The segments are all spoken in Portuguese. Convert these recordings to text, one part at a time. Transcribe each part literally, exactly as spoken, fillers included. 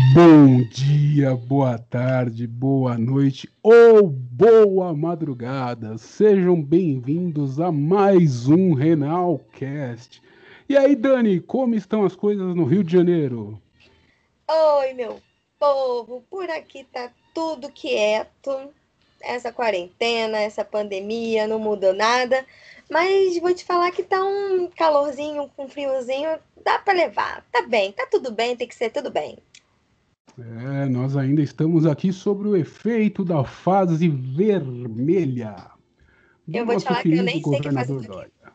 Bom dia, boa tarde, boa noite ou boa madrugada. Sejam bem-vindos a mais um Renalcast. E aí, Dani, como estão as coisas no Rio de Janeiro? Oi, meu povo, por aqui tá tudo quieto. Essa quarentena, essa pandemia não mudou nada, mas vou te falar que tá um calorzinho, um friozinho, dá pra levar. Tá bem, tá tudo bem, tem que ser tudo bem. É, nós ainda estamos aqui sobre o efeito da fase vermelha do Eu vou te nosso falar que eu querido nem sei que fase eu governador tô aqui. Dória.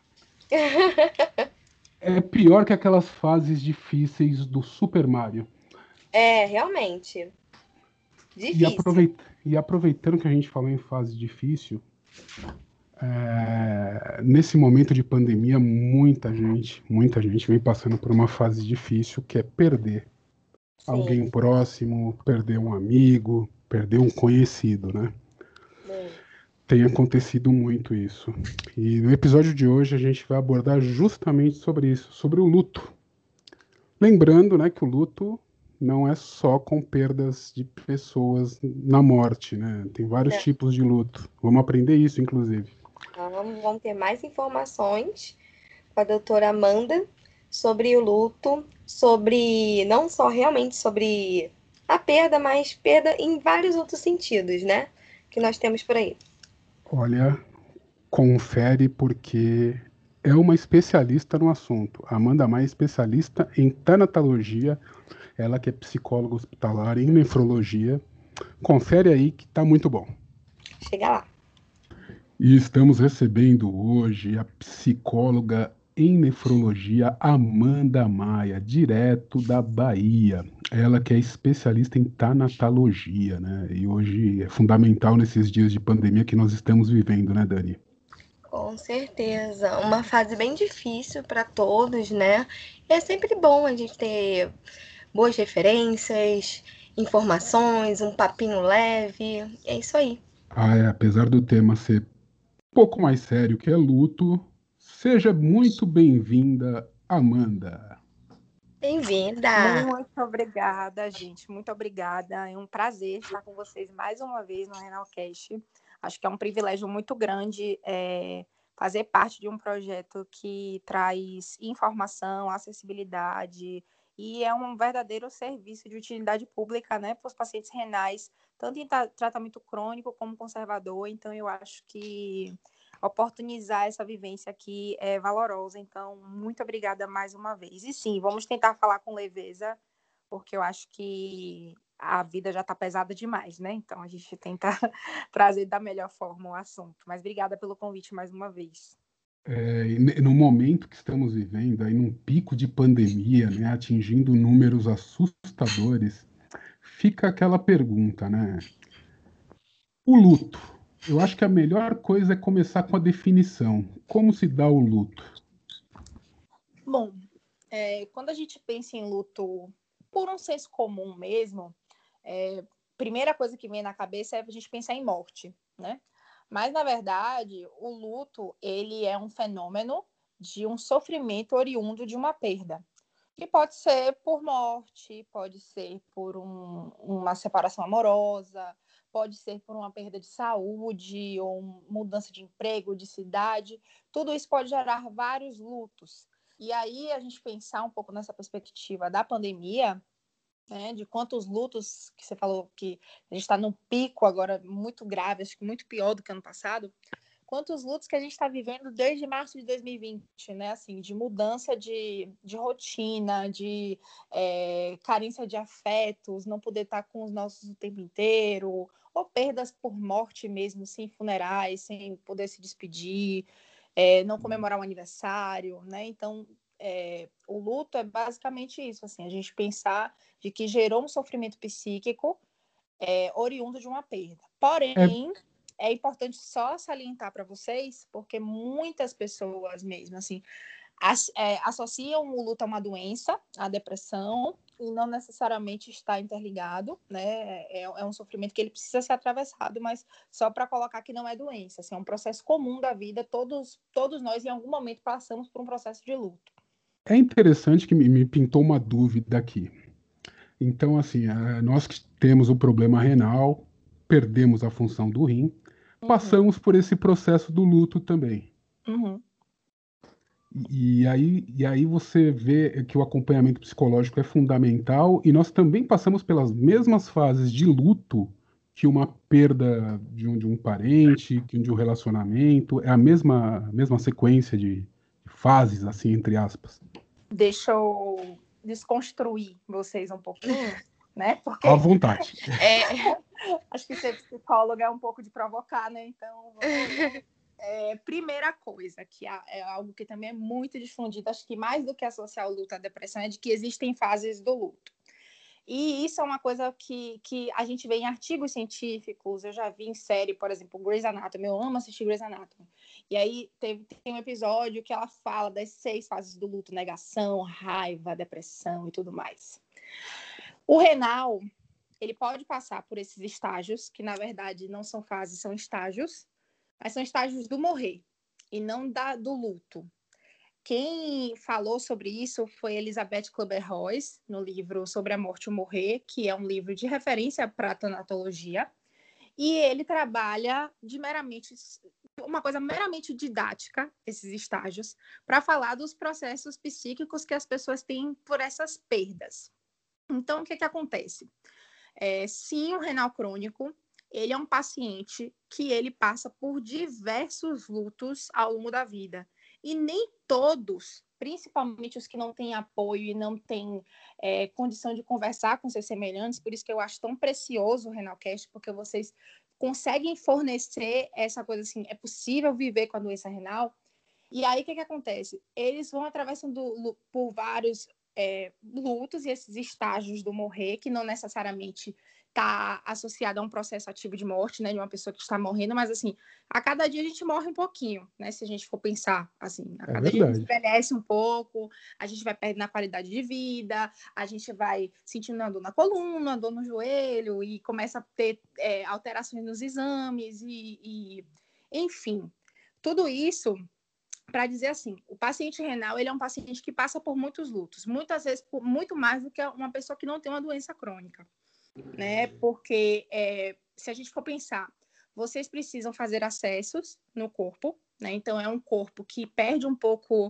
É pior que aquelas fases difíceis do Super Mario. É, realmente, E, difícil. aproveit... e aproveitando que a gente falou em fase difícil, é, nesse momento de pandemia, muita gente, muita gente vem passando por uma fase difícil que é perder Sim, alguém próximo, perder um amigo, perder um conhecido, né? muito. Tem acontecido muito isso. E no episódio de hoje a gente vai abordar justamente sobre isso, sobre o luto. Lembrando, né, que o luto não é só com perdas de pessoas na morte, né? Tem vários Não, tipos de luto. Vamos aprender isso, inclusive. vamos, vamos ter mais informações com a doutora Amanda sobre o luto, sobre não só realmente sobre a perda, mas perda em vários outros sentidos, né? Que nós temos por aí. Olha, confere porque é uma especialista no assunto. A Amanda Maia é especialista em tanatologia, ela que é psicóloga hospitalar em nefrologia. Confere aí que tá muito bom. Chega lá. E estamos recebendo hoje a psicóloga em nefrologia Amanda Maia, direto da Bahia. Ela que é especialista em tanatologia, né? E hoje é fundamental nesses dias de pandemia que nós estamos vivendo, né, Dani? Com certeza. Uma fase bem difícil para todos, né? E é sempre bom a gente ter boas referências, informações, um papinho leve. É isso aí. Ah, é, apesar do tema ser um pouco mais sério que é luto, seja muito bem-vinda, Amanda. Bem-vinda! Muito obrigada, gente. Muito obrigada. É um prazer estar com vocês mais uma vez no Renalcast. Acho que é um privilégio muito grande é, fazer parte de um projeto que traz informação, acessibilidade e é um verdadeiro serviço de utilidade pública, né, para os pacientes renais, tanto em tra- tratamento crônico como conservador. Então, eu acho que oportunizar essa vivência aqui é valorosa. Então, muito obrigada mais uma vez. E sim, vamos tentar falar com leveza, porque eu acho que a vida já está pesada demais, né? Então, a gente tenta trazer da melhor forma o assunto. Mas obrigada pelo convite mais uma vez. É, e ne- no momento que estamos vivendo, aí num pico de pandemia, né, atingindo números assustadores, fica aquela pergunta, né? O luto. Eu acho que a melhor coisa é começar com a definição. Como se dá o luto? Bom, é, quando a gente pensa em luto por um senso comum mesmo, é, primeira coisa que vem na cabeça é a gente pensar em morte, né? Mas, na verdade, o luto, ele é um fenômeno de um sofrimento oriundo de uma perda. Que pode ser por morte, pode ser por um, uma separação amorosa, pode ser por uma perda de saúde ou mudança de emprego, de cidade. Tudo isso pode gerar vários lutos. E aí a gente pensar um pouco nessa perspectiva da pandemia, né, de quantos lutos que você falou que a gente está num pico agora muito grave, acho que muito pior do que ano passado, quantos lutos que a gente está vivendo desde março de dois mil e vinte, né? Assim, de mudança de, de rotina, de é, carência de afetos, não poder estar com os nossos o tempo inteiro, ou perdas por morte mesmo, sem funerais, sem poder se despedir, é, não comemorar um aniversário, né? Então, é, o luto é basicamente isso, assim, a gente pensar de que gerou um sofrimento psíquico é, oriundo de uma perda. É, Porém, é importante só salientar para vocês, porque muitas pessoas mesmo, assim, as, é, associam o luto a uma doença, a depressão, e não necessariamente está interligado, né? É, é um sofrimento que ele precisa ser atravessado, mas só para colocar que não é doença, assim, é um processo comum da vida, todos, todos nós em algum momento passamos por um processo de luto. é interessante que me, me pintou uma dúvida aqui. Então, assim, eh, nós que temos o problema renal, perdemos a função do rim, Uhum, passamos por esse processo do luto também. uhum. E, e aí, e aí você vê que o acompanhamento psicológico é fundamental e nós também passamos pelas mesmas fases de luto que uma perda de um, de um parente, que um de um relacionamento, é a mesma, mesma sequência de fases, assim, entre aspas. Deixa eu desconstruir vocês um pouquinho, né? À Porque vontade. é, acho que ser psicóloga é um pouco de provocar, né? Então, vamos lá. É, primeira coisa, que é algo que também é muito difundido, acho que mais do que associar o luto à depressão, é de que existem fases do luto. E isso é uma coisa que, que a gente vê em artigos científicos, eu já vi em série, por exemplo, Grey's Anatomy, eu amo assistir Grey's Anatomy. E aí teve, tem um episódio que ela fala das seis fases do luto, negação, raiva, depressão e tudo mais. O renal, ele pode passar por esses estágios, que na verdade não são fases, são estágios, mas são estágios do morrer, e não da, do luto. Quem falou sobre isso foi Elizabeth Kübler-Ross, no livro Sobre a Morte e o Morrer, que é um livro de referência para a tanatologia, e ele trabalha de meramente uma coisa meramente didática, esses estágios, para falar dos processos psíquicos que as pessoas têm por essas perdas. Então, o que, que acontece? É, sim, o renal crônico, ele é um paciente que ele passa por diversos lutos ao longo da vida. E nem todos, principalmente os que não têm apoio e não têm é, condição de conversar com seus semelhantes, por isso que eu acho tão precioso o Renalcast, porque vocês conseguem fornecer essa coisa assim, é possível viver com a doença renal. E aí, o que, que acontece? Eles vão atravessando por vários é, lutos e esses estágios do morrer, que não necessariamente está associado a um processo ativo de morte, né, de uma pessoa que está morrendo, mas assim, a cada dia a gente morre um pouquinho, né, se a gente for pensar, assim, a É cada dia a gente verdade. envelhece um pouco, a gente vai perdendo a qualidade de vida, a gente vai sentindo uma dor na coluna, uma dor no joelho, e começa a ter é, alterações nos exames, e, e enfim, tudo isso para dizer assim, o paciente renal, ele é um paciente que passa por muitos lutos, muitas vezes por muito mais do que uma pessoa que não tem uma doença crônica, né? Porque é, se a gente for pensar, vocês precisam fazer acessos no corpo, né? Então é um corpo que perde um pouco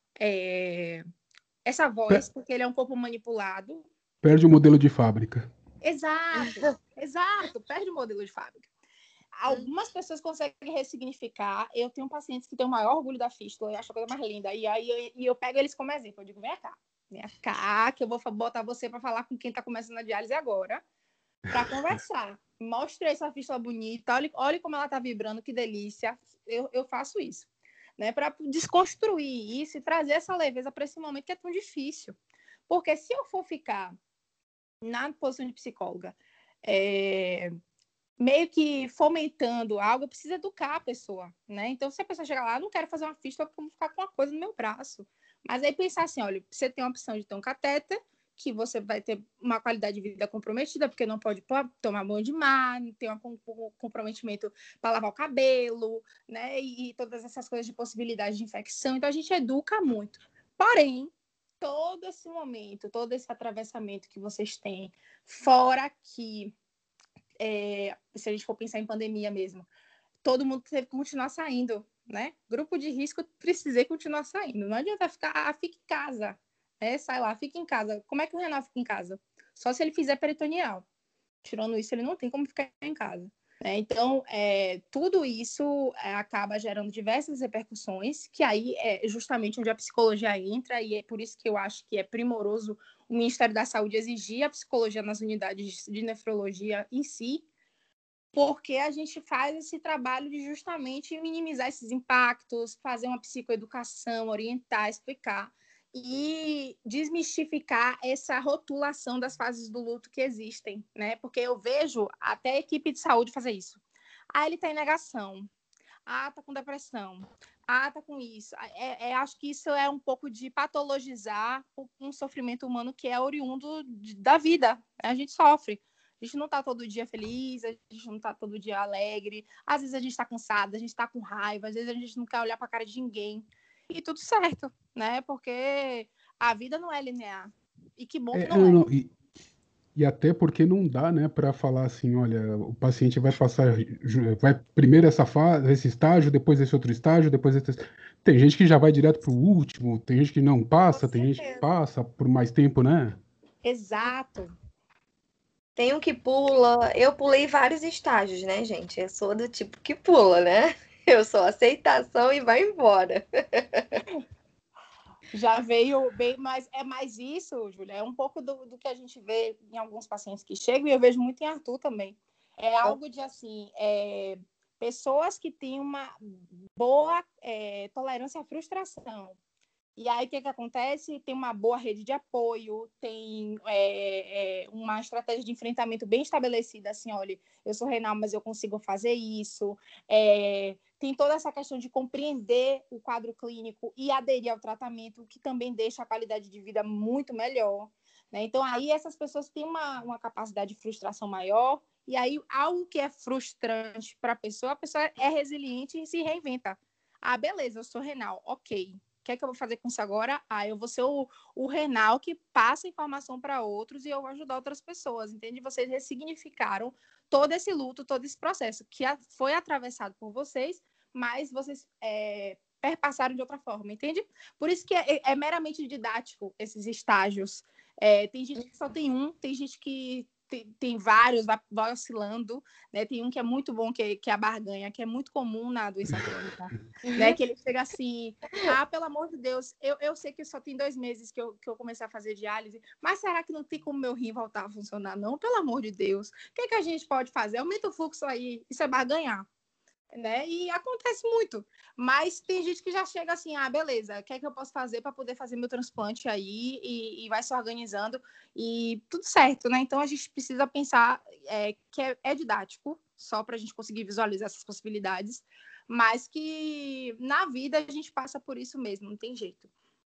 é, essa voz, Pe- porque ele é um corpo manipulado. Perde o modelo de fábrica. Exato, exato, perde o modelo de fábrica. Algumas pessoas conseguem ressignificar. Eu tenho pacientes que têm o maior orgulho da fístula, eu acho a coisa mais linda. E aí eu, e eu pego eles como exemplo. Eu digo, vem cá, vem cá, que eu vou botar você para falar com quem está começando a diálise agora, para conversar. Mostre essa fístula bonita, olhe, olhe como ela está vibrando, que delícia. Eu, eu faço isso, né? Para desconstruir isso e trazer essa leveza para esse momento que é tão difícil. Porque se eu for ficar na posição de psicóloga, é, meio que fomentando algo, eu preciso educar a pessoa, né? Então, se a pessoa chegar lá, eu não quero fazer uma fístula porque eu vou ficar com uma coisa no meu braço. Mas aí pensar assim, olha, você tem a opção de ter um catéter, que você vai ter uma qualidade de vida comprometida, porque não pode tomar banho de mar, tem um comprometimento para lavar o cabelo, né? E, e todas essas coisas de possibilidade de infecção. Então, a gente educa muito. Porém, todo esse momento, todo esse atravessamento que vocês têm, fora que é, se a gente for pensar em pandemia mesmo, todo mundo teve que continuar saindo, né? Grupo de risco, precisei continuar saindo. Não adianta ficar, ah, fica em casa, né? Sai lá, fica em casa. Como é que o Renal fica em casa? Só se ele fizer peritoneal. Tirando isso, ele não tem como ficar em casa. Né? Então, é, tudo isso é, acaba gerando diversas repercussões, que aí é justamente onde a psicologia entra, e é por isso que eu acho que é primoroso o Ministério da Saúde exigir a psicologia nas unidades de nefrologia em si, porque a gente faz esse trabalho de justamente minimizar esses impactos, fazer uma psicoeducação, orientar, explicar e desmistificar essa rotulação das fases do luto que existem, né? Porque eu vejo até a equipe de saúde fazer isso. Ah, ele está em negação. Ah, tá com depressão. Ah, tá com isso. É, é, acho que isso é um pouco de patologizar um sofrimento humano que é oriundo de, da vida. A gente sofre. A gente não está todo dia feliz, a gente não está todo dia alegre. Às vezes a gente está cansada, a gente está com raiva, às vezes a gente não quer olhar para a cara de ninguém. E tudo certo, né? Porque a vida não é linear. E que bom que É, não não, é. não, e, E até porque não dá, né, para falar assim, olha, o paciente vai passar, ju- vai primeiro essa fase, esse estágio, depois esse outro estágio, depois esse... Tem gente que já vai direto pro último, tem gente que não Com passa, tem gente que certeza. passa por mais tempo, né? Exato. Tem um que pula. Eu pulei vários estágios, né, gente? Eu sou do tipo que pula, né? Eu sou aceitação e vai embora. Já veio bem, mas é mais isso, Júlia, é um pouco do, do que a gente vê em alguns pacientes que chegam, e eu vejo muito em Arthur também. É algo de, assim, é, pessoas que têm uma boa é, tolerância à frustração. E aí, o que, que acontece? Tem uma boa rede de apoio, tem é, é, uma estratégia de enfrentamento bem estabelecida, assim, olha, eu sou renal, mas eu consigo fazer isso. É, tem toda essa questão de compreender o quadro clínico e aderir ao tratamento, o que também deixa a qualidade de vida muito melhor. Né? Então, aí essas pessoas têm uma, uma capacidade de frustração maior, e aí algo que é frustrante para a pessoa, a pessoa é resiliente e se reinventa. Ah, beleza, eu sou renal, ok. O que é que eu vou fazer com isso agora? Ah, eu vou ser o, o renal que passa informação para outros e eu vou ajudar outras pessoas, entende? Vocês ressignificaram todo esse luto, todo esse processo que foi atravessado por vocês, mas vocês é, perpassaram de outra forma, entende? Por isso que é, é meramente didático esses estágios. É, tem gente que só tem um, tem gente que tem, tem vários, vai, vai oscilando, né? Tem um que é muito bom, que é, que é a barganha, que é muito comum na doença crônica, né? Que ele chega assim, ah, pelo amor de Deus, eu, eu sei que só tem dois meses que eu, que eu comecei a fazer diálise, mas será que não tem como meu rim voltar a funcionar? Não, pelo amor de Deus. O que, é que a gente pode fazer? Aumenta o fluxo aí, isso é barganhar. Né? E acontece muito. Mas tem gente que já chega assim, ah, beleza, o que é que eu posso fazer para poder fazer meu transplante aí e, e vai se organizando e tudo certo, né? Então a gente precisa pensar é, que é, é didático, só para a gente conseguir visualizar essas possibilidades, mas que na vida a gente passa por isso mesmo, não tem jeito.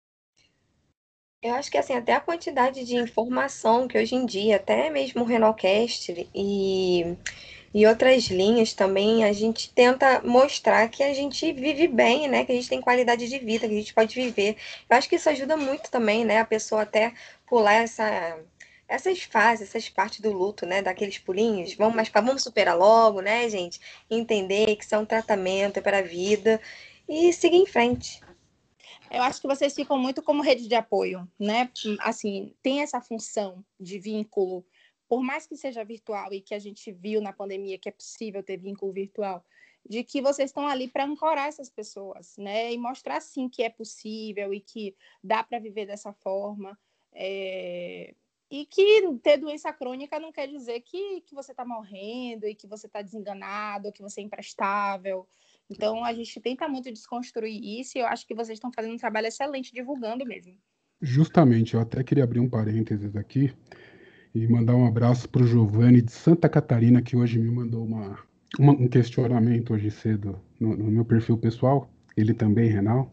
Eu acho que assim, até a quantidade de informação que hoje em dia, até mesmo o Renalcast e, e outras linhas também, a gente tenta mostrar que a gente vive bem, né? Que a gente tem qualidade de vida, que a gente pode viver. Eu acho que isso ajuda muito também, né? A pessoa até pular essa, essas fases, essas partes do luto, né? Daqueles pulinhos. Vamos, mas vamos superar logo, né, gente? Entender que isso é um tratamento, é para a vida e seguir em frente. Eu acho que vocês ficam muito como rede de apoio, né? Assim, tem essa função de vínculo, por mais que seja virtual e que a gente viu na pandemia que é possível ter vínculo virtual, de que vocês estão ali para ancorar essas pessoas, né? E mostrar sim que é possível e que dá para viver dessa forma. É... E que ter doença crônica não quer dizer que, que você está morrendo e que você está desenganado, ou que você é imprestável. Então, a gente tenta muito desconstruir isso e eu acho que vocês estão fazendo um trabalho excelente divulgando mesmo. Justamente, eu até queria abrir um parênteses aqui e mandar um abraço para o Giovanni de Santa Catarina, que hoje me mandou uma, uma- um questionamento hoje cedo no, no meu perfil pessoal. Ele também, renal.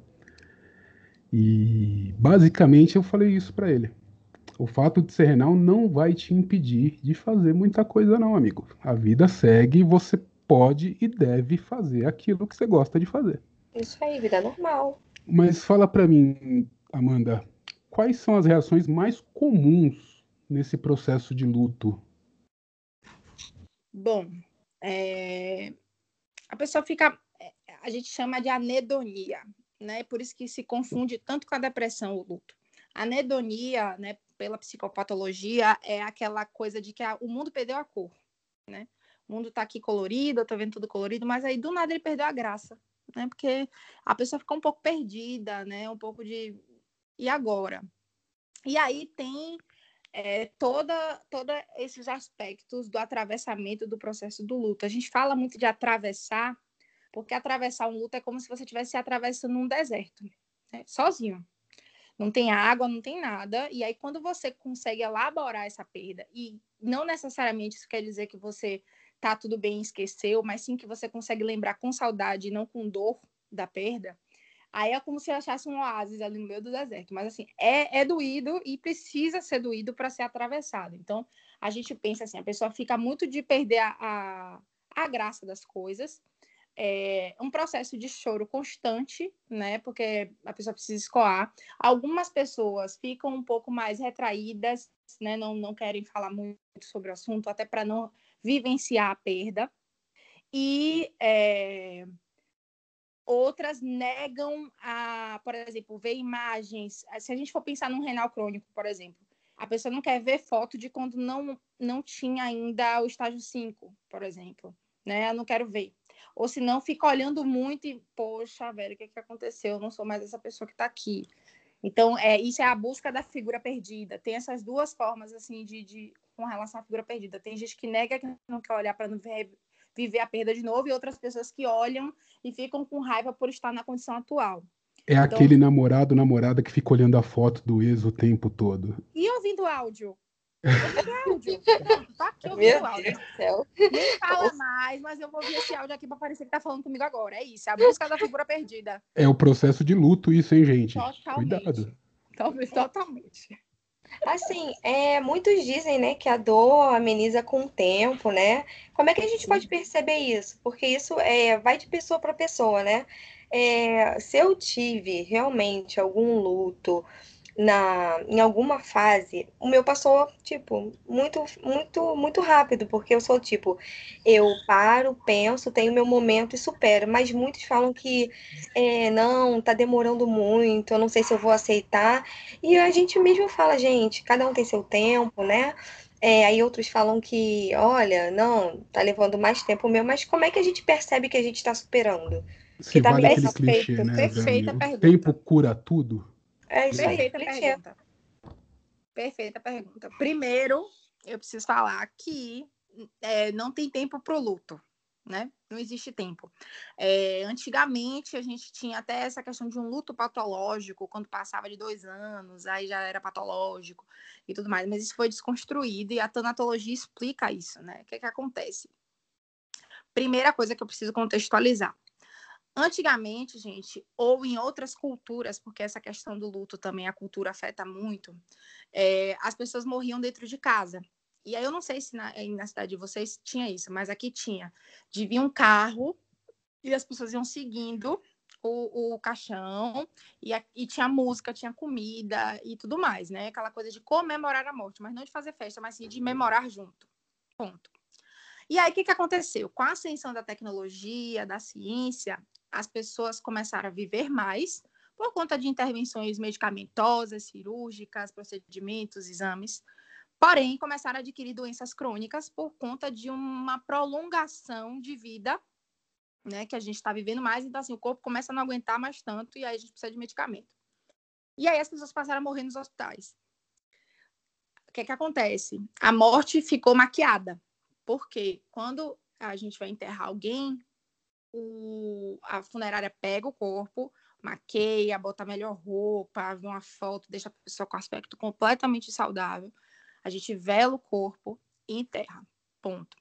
E basicamente eu falei isso para ele. O fato de ser renal não vai te impedir de fazer muita coisa, não, amigo. A vida segue e você pode e deve fazer aquilo que você gosta de fazer. Isso aí, vida normal. Mas fala para mim, Amanda, quais são as reações mais comuns nesse processo de luto? Bom, é... a pessoa fica, a gente chama de anedonia, né? Por isso que se confunde tanto com a depressão, o luto. A anedonia, né, pela psicopatologia, é aquela coisa de que a, o mundo perdeu a cor, né? O mundo tá aqui colorido, eu tô vendo tudo colorido, mas aí do nada ele perdeu a graça, né? Porque a pessoa fica um pouco perdida, né? Um pouco de e agora? E aí tem é, toda, todos esses aspectos do atravessamento do processo do luto. A gente fala muito de atravessar, porque atravessar um luto é como se você estivesse atravessando um deserto, né? Sozinho. Não tem água, não tem nada. E aí, quando você consegue elaborar essa perda, e não necessariamente isso quer dizer que você tá tudo bem e esqueceu, mas sim que você consegue lembrar com saudade e não com dor da perda, aí é como se eu achasse um oásis ali no meio do deserto. Mas, assim, é, é doído e precisa ser doído para ser atravessado. Então, a gente pensa assim, a pessoa fica muito de perder a, a, a graça das coisas, é um processo de choro constante, né? Porque a pessoa precisa escoar. Algumas pessoas ficam um pouco mais retraídas, né? Não, não querem falar muito sobre o assunto, até para não vivenciar a perda. E é, outras negam a, por exemplo, ver imagens. Se a gente for pensar num renal crônico, por exemplo, a pessoa não quer ver foto de quando não, não tinha ainda o estágio cinco, por exemplo. Né? Eu não quero ver. Ou se não, fica olhando muito e, poxa, velho, o que, que aconteceu? Eu não sou mais essa pessoa que está aqui. Então, é, isso é a busca da figura perdida. Tem essas duas formas, assim, de, de com relação à figura perdida. Tem gente que nega, que não quer olhar para não ver, viver a perda de novo, e outras pessoas que olham e ficam com raiva por estar na condição atual. É Então, aquele namorado, namorada que fica olhando a foto do ex o tempo todo. e ouvindo áudio? Ouvindo áudio. Tá aqui ouvindo Meu áudio. Deus do céu. Nem fala mais, mas eu vou ouvir esse áudio aqui para parecer que tá falando comigo agora. É isso, é a busca da figura perdida. É o processo de luto isso, hein, gente? Totalmente. Cuidado. Talvez totalmente. Assim, é, muitos dizem, né, que a dor ameniza com o tempo, né? Como é que a gente pode perceber isso? Porque isso é, vai de pessoa para pessoa, né? É, se eu tive realmente algum luto na, em alguma fase, o meu passou, tipo, muito, muito, muito rápido, porque eu sou, tipo, eu paro, penso, tenho meu momento e supero, mas muitos falam que, é, não, tá demorando muito, eu não sei se eu vou aceitar, e a gente mesmo fala, gente, cada um tem seu tempo, né? É, aí outros falam que, olha, não, tá levando mais tempo meu, mas como é que a gente percebe que a gente tá superando? Se Que tá vale me aquele passando. clichê, Perfeito, né, perfeita velho? O tempo pergunta. cura tudo. É E isso aí, aí? Perfeita clichê. pergunta. Perfeita pergunta. Primeiro, eu preciso falar que é, não tem tempo para o luto, né? Não existe tempo. É, antigamente, a gente tinha até essa questão de um luto patológico, quando passava de dois anos, aí já era patológico e tudo mais, mas isso foi desconstruído e a tanatologia explica isso, né? O que, que acontece? Primeira coisa que eu preciso contextualizar. Antigamente, gente, ou em outras culturas, porque essa questão do luto também a cultura afeta muito, é, as pessoas morriam dentro de casa. E aí eu não sei se na, na cidade de vocês tinha isso, mas aqui tinha. De vir um carro e as pessoas iam seguindo o, o caixão e, a, e tinha música, tinha comida e tudo mais, né? Aquela coisa de comemorar a morte, mas não de fazer festa, mas sim de memorar junto. Ponto. E aí, o que, que aconteceu? Com a ascensão da tecnologia, da ciência, as pessoas começaram a viver mais por conta de intervenções medicamentosas, cirúrgicas, procedimentos, exames. Porém, começaram a adquirir doenças crônicas por conta de uma prolongação de vida, né, que a gente está vivendo mais. Então, assim, o corpo começa a não aguentar mais tanto e aí a gente precisa de medicamento. E aí as pessoas passaram a morrer nos hospitais. O que, que acontece? A morte ficou maquiada. Porque quando a gente vai enterrar alguém, o, a funerária pega o corpo, maqueia, bota a melhor roupa, vê uma foto, deixa a pessoa com aspecto completamente saudável. A gente vela o corpo e enterra. Ponto.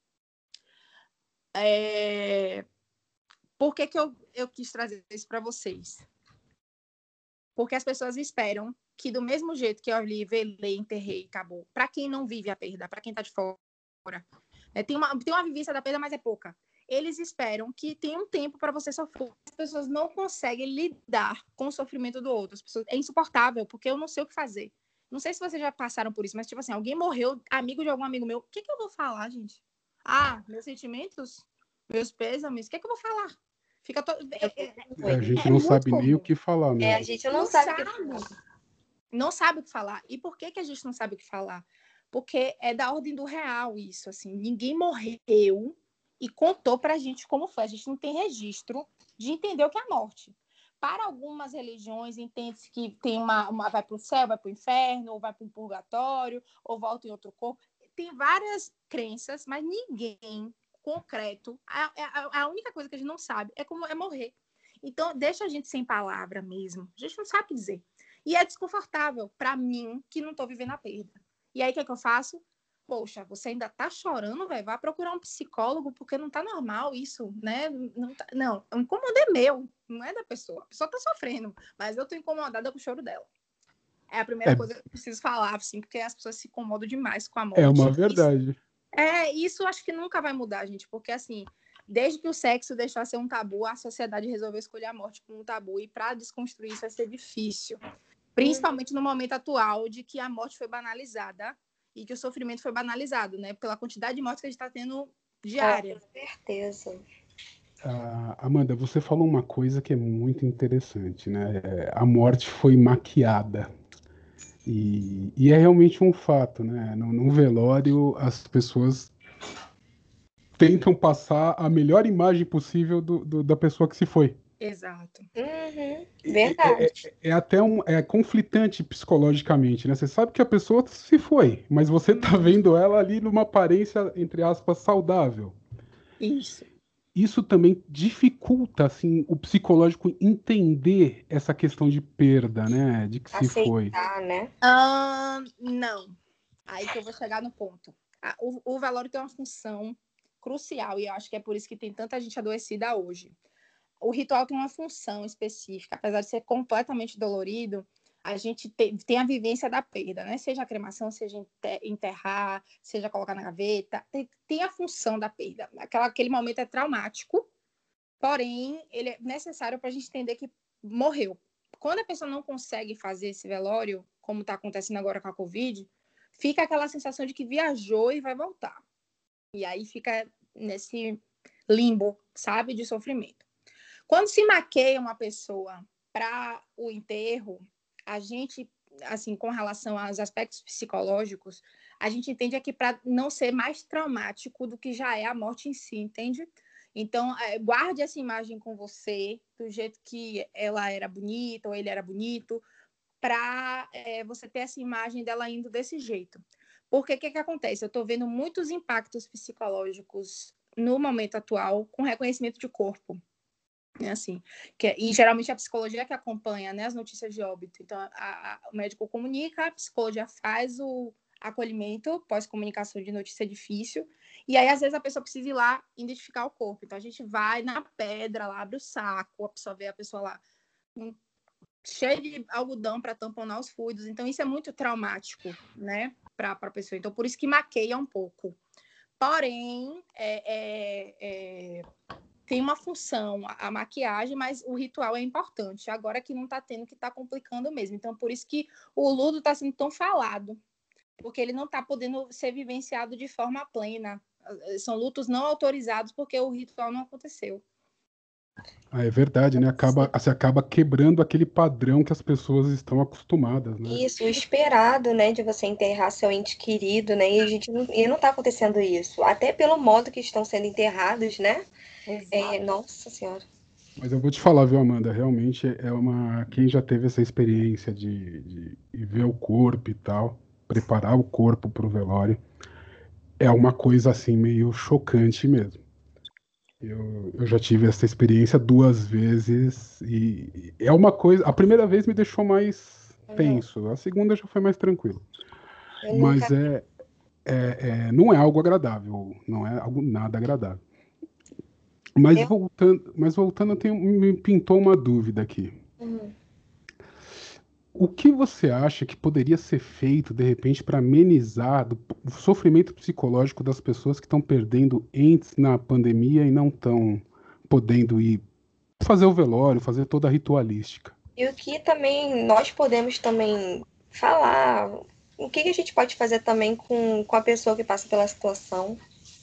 É... Por que, que eu, eu quis trazer isso para vocês? Porque as pessoas esperam que, do mesmo jeito que eu ali velei, enterrei, acabou. Para quem não vive a perda, para quem está de fora, é, tem, uma, tem uma vivência da perda, mas é pouca. Eles esperam que tenha um tempo para você sofrer. As pessoas não conseguem lidar com o sofrimento do outro. As pessoas, é insuportável, porque eu não sei o que fazer. Não sei se vocês já passaram por isso, mas, tipo assim, alguém morreu, amigo de algum amigo meu. O que, que eu vou falar, gente? Ah, meus sentimentos? Meus pêsames? O que, que eu vou falar? Fica to... é, é, A gente é não muito sabe nem o comum. que falar É, a mesmo. gente não, Não sabe o que sabe. falar. Não sabe o que falar. E por que, que a gente não sabe o que falar? Porque é da ordem do real isso, assim. Ninguém morreu e contou pra gente como foi. A gente não tem registro de entender o que é a morte. Para algumas religiões, entende-se que tem uma, uma vai para o céu, vai para o inferno, ou vai para um purgatório, ou volta em outro corpo. Tem várias crenças, mas ninguém concreto. A, a, a única coisa que a gente não sabe é como é morrer. Então, deixa a gente sem palavra mesmo. A gente não sabe o que dizer. E é desconfortável para mim, que não estou vivendo a perda. E aí, o que é que eu faço? Poxa, você ainda tá chorando, velho? Vai procurar um psicólogo, porque não tá normal isso, né? Não, tá... não, o incômodo é meu, não é da pessoa. A pessoa tá sofrendo, mas eu tô incomodada com o choro dela. É a primeira É, coisa que eu preciso falar, assim, porque as pessoas se incomodam demais com a é morte. uma verdade. Isso, é, isso acho que nunca vai mudar, gente, porque, assim, desde que o sexo deixou de ser um tabu, a sociedade resolveu escolher a morte como um tabu, e para desconstruir isso vai ser difícil. Principalmente no momento atual, de que a morte foi banalizada e que o sofrimento foi banalizado, né? Pela quantidade de mortes que a gente está tendo diária. Com certeza. Ah, Amanda, você falou uma coisa que é muito interessante, né? É, A morte foi maquiada. E, e é realmente um fato, né? No, no velório, as pessoas tentam passar a melhor imagem possível do, do- da pessoa que se foi. Exato. Uhum, É, é- verdade. é- é até um, é conflitante psicologicamente, né? Você sabe que a pessoa se foi, mas você tá Uhum. vendo ela ali numa aparência, entre aspas, saudável. Isso. Isso também dificulta, assim, o psicológico entender essa questão de perda, né? De que se foi. Aceitar, né? Ah, não. Aí que eu vou chegar no ponto. Ah, O, o velório tem uma função crucial, e eu acho que é por isso que tem tanta gente adoecida hoje. O ritual tem uma função específica, apesar de ser completamente dolorido, a gente tem, tem a vivência da perda, né? Seja a cremação, seja ente- enterrar, seja colocar na gaveta, tem, tem a função da perda. Aquela, aquele momento é traumático, porém, ele é necessário para a gente entender que morreu. Quando a pessoa não consegue fazer esse velório, como está acontecendo agora com a Covid, fica aquela sensação de que viajou e vai voltar. E aí fica nesse limbo, sabe, de sofrimento. Quando se maqueia uma pessoa para o enterro, a gente, assim, com relação aos aspectos psicológicos, a gente entende aqui para não ser mais traumático do que já é a morte em si, entende? Então, é, guarde essa imagem com você, do jeito que ela era bonita ou ele era bonito, para é, você ter essa imagem dela indo desse jeito. Porque o que, que acontece? Eu estou vendo muitos impactos psicológicos no momento atual com reconhecimento de corpo. É assim, que, é, e geralmente a psicologia que acompanha, né, as notícias de óbito. Então, a, a, o médico comunica, a psicologia faz o acolhimento, pós-comunicação de notícia difícil, e aí às vezes a pessoa precisa ir lá identificar o corpo. Então a gente vai na pedra, lá abre o saco, a pessoa vê a pessoa lá um, cheia de algodão para tamponar os fluidos. Então isso é muito traumático, né, para a pessoa. Então por isso que maqueia um pouco. Porém, é, é, é tem uma função, a, a maquiagem, mas o ritual é importante. Agora que não está tendo, que está complicando mesmo. Então, por isso que o luto está sendo tão falado, porque ele não está podendo ser vivenciado de forma plena. São lutos não autorizados porque o ritual não aconteceu. Ah, é verdade, né? Acaba, você acaba quebrando aquele padrão que as pessoas estão acostumadas, né? Isso, o esperado, né, de você enterrar seu ente querido, né? E a gente não, e não tá acontecendo isso. Até pelo modo que estão sendo enterrados, né? É, Exato. nossa Senhora. Mas eu vou te falar, viu, Amanda? Realmente é uma. Quem já teve essa experiência de, de, de ver o corpo e tal, preparar o corpo para o velório, é uma coisa assim meio chocante mesmo. Eu, eu já tive essa experiência duas vezes e é uma coisa. A primeira vez me deixou mais Uhum. tenso, a segunda já foi mais tranquilo. Eu nunca. Mas é, é, é, não é algo agradável, não é algo nada agradável. Mas Eu, voltando, mas voltando, eu tenho, me pintou uma dúvida aqui. uhum. O que você acha que poderia ser feito, de repente, para amenizar do- o sofrimento psicológico das pessoas que estão perdendo entes na pandemia e não estão podendo ir fazer o velório, fazer toda a ritualística? E o que também nós podemos também falar, o que que a gente pode fazer também com, com a pessoa que passa pela situação.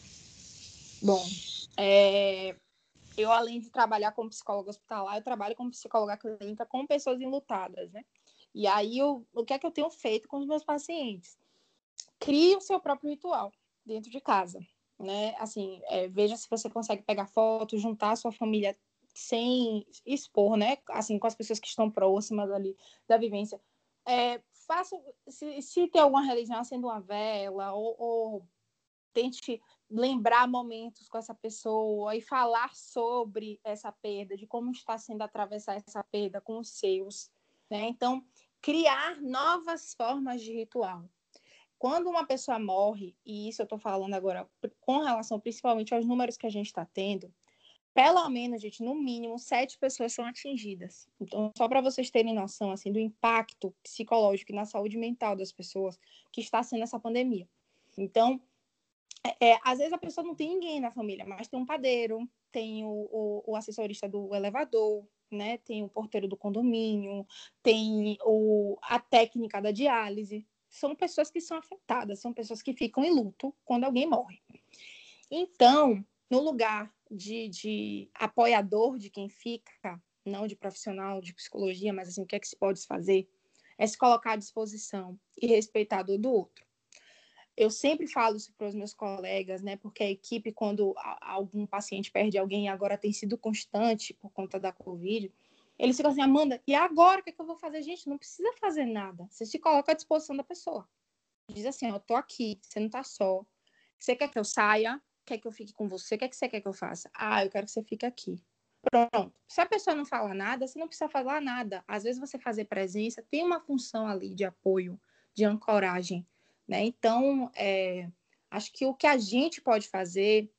Bom, é, eu, além de trabalhar como psicóloga hospitalar, eu trabalho como psicóloga clínica com pessoas enlutadas, né? E aí, eu, o que é que eu tenho feito com os meus pacientes? Crie o seu próprio ritual dentro de casa, né? Assim, é, veja se você consegue pegar fotos, juntar a sua família sem expor, né? Assim, com as pessoas que estão próximas ali da vivência. É, faça, se, se tem alguma religião, acenda uma vela ou, ou tente lembrar momentos com essa pessoa e falar sobre essa perda, de como está sendo atravessar essa perda com os seus, né? Então, criar novas formas de ritual. Quando uma pessoa morre, e isso eu estou falando agora com relação principalmente aos números que a gente está tendo, pelo menos, gente, no mínimo, sete pessoas são atingidas. Então, só para vocês terem noção assim, do impacto psicológico e na saúde mental das pessoas que está sendo essa pandemia. Então, É, às vezes a pessoa não tem ninguém na família, mas tem um padeiro, tem o, o, o assessorista do elevador, né? Tem o porteiro do condomínio, tem o, a técnica da diálise. São pessoas que são afetadas, são pessoas que ficam em luto quando alguém morre. Então, no lugar de, de apoiador de quem fica, não de profissional de psicologia, mas assim, o que é que se pode fazer? É se colocar à disposição e respeitar a dor do outro. Eu sempre falo isso para os meus colegas, né? Porque a equipe, quando algum paciente perde alguém, e agora tem sido constante por conta da Covid, eles ficam assim, Amanda, e agora o que, é que eu vou fazer? Gente, não precisa fazer nada. Você se coloca à disposição da pessoa. Diz assim, eu tô aqui, você não tá só. Você quer que eu saia? Quer que eu fique com você? O que é que você quer que eu faça? Ah, eu quero que você fique aqui. Pronto. Se a pessoa não fala nada, você não precisa falar nada. Às vezes você fazer presença tem uma função ali de apoio, de ancoragem, né? Então, é, acho que o que a gente pode fazer,